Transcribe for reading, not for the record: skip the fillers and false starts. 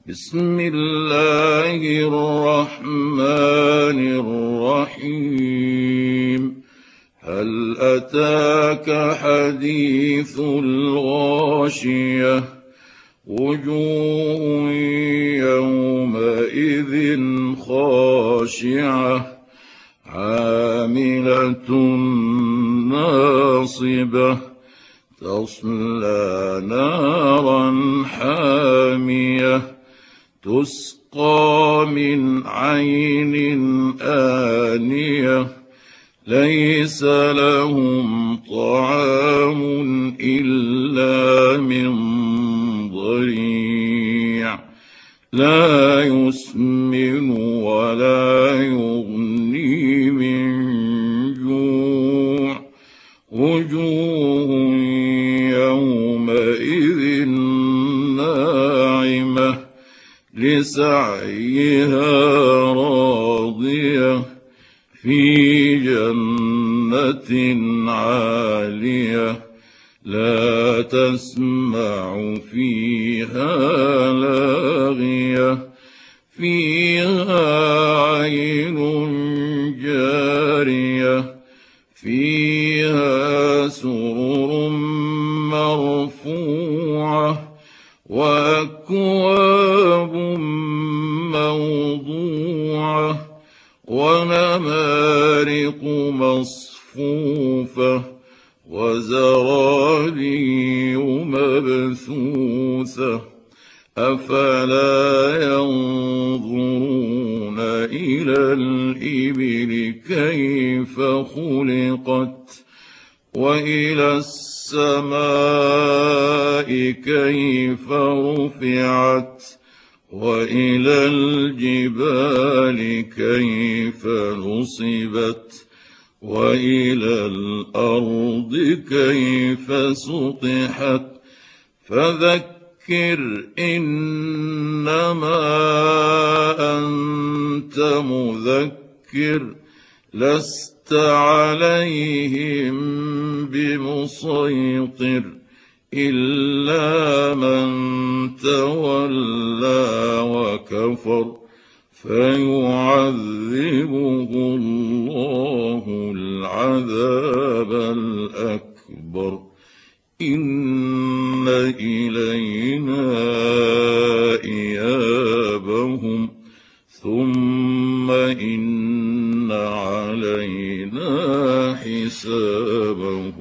بسم الله الرحمن الرحيم. هل أتاك حديث الغاشية؟ وجوه يومئذ خاشعة عاملة ناصبة تصلى نارا حامية تسقى من عين آنية ليس لهم طعام إلا من ضريع لا يسمن ولا يغني من جوع وجوه يومئذ ناعمة لسعيها راضية في جنة عالية لا تسمع فيها لاغية فيها عين جارية فيها سرر مرفوعة وأكواب موضوعة ونمارق مصفوفة وزرابي مبثوثة أفلا ينظرون إلى الإبل كيف خلقت وإلى السماء كيف رفعت وإلى الجبال كيف نصبت وإلى الأرض كيف سطحت فذكر إنما أنت مذكر لست عليهم بمسيطر إلا من تولى وكفر فيعذبه الله العذاب الأكبر إن إلينا إيابهم ثم إن علينا حسابهم.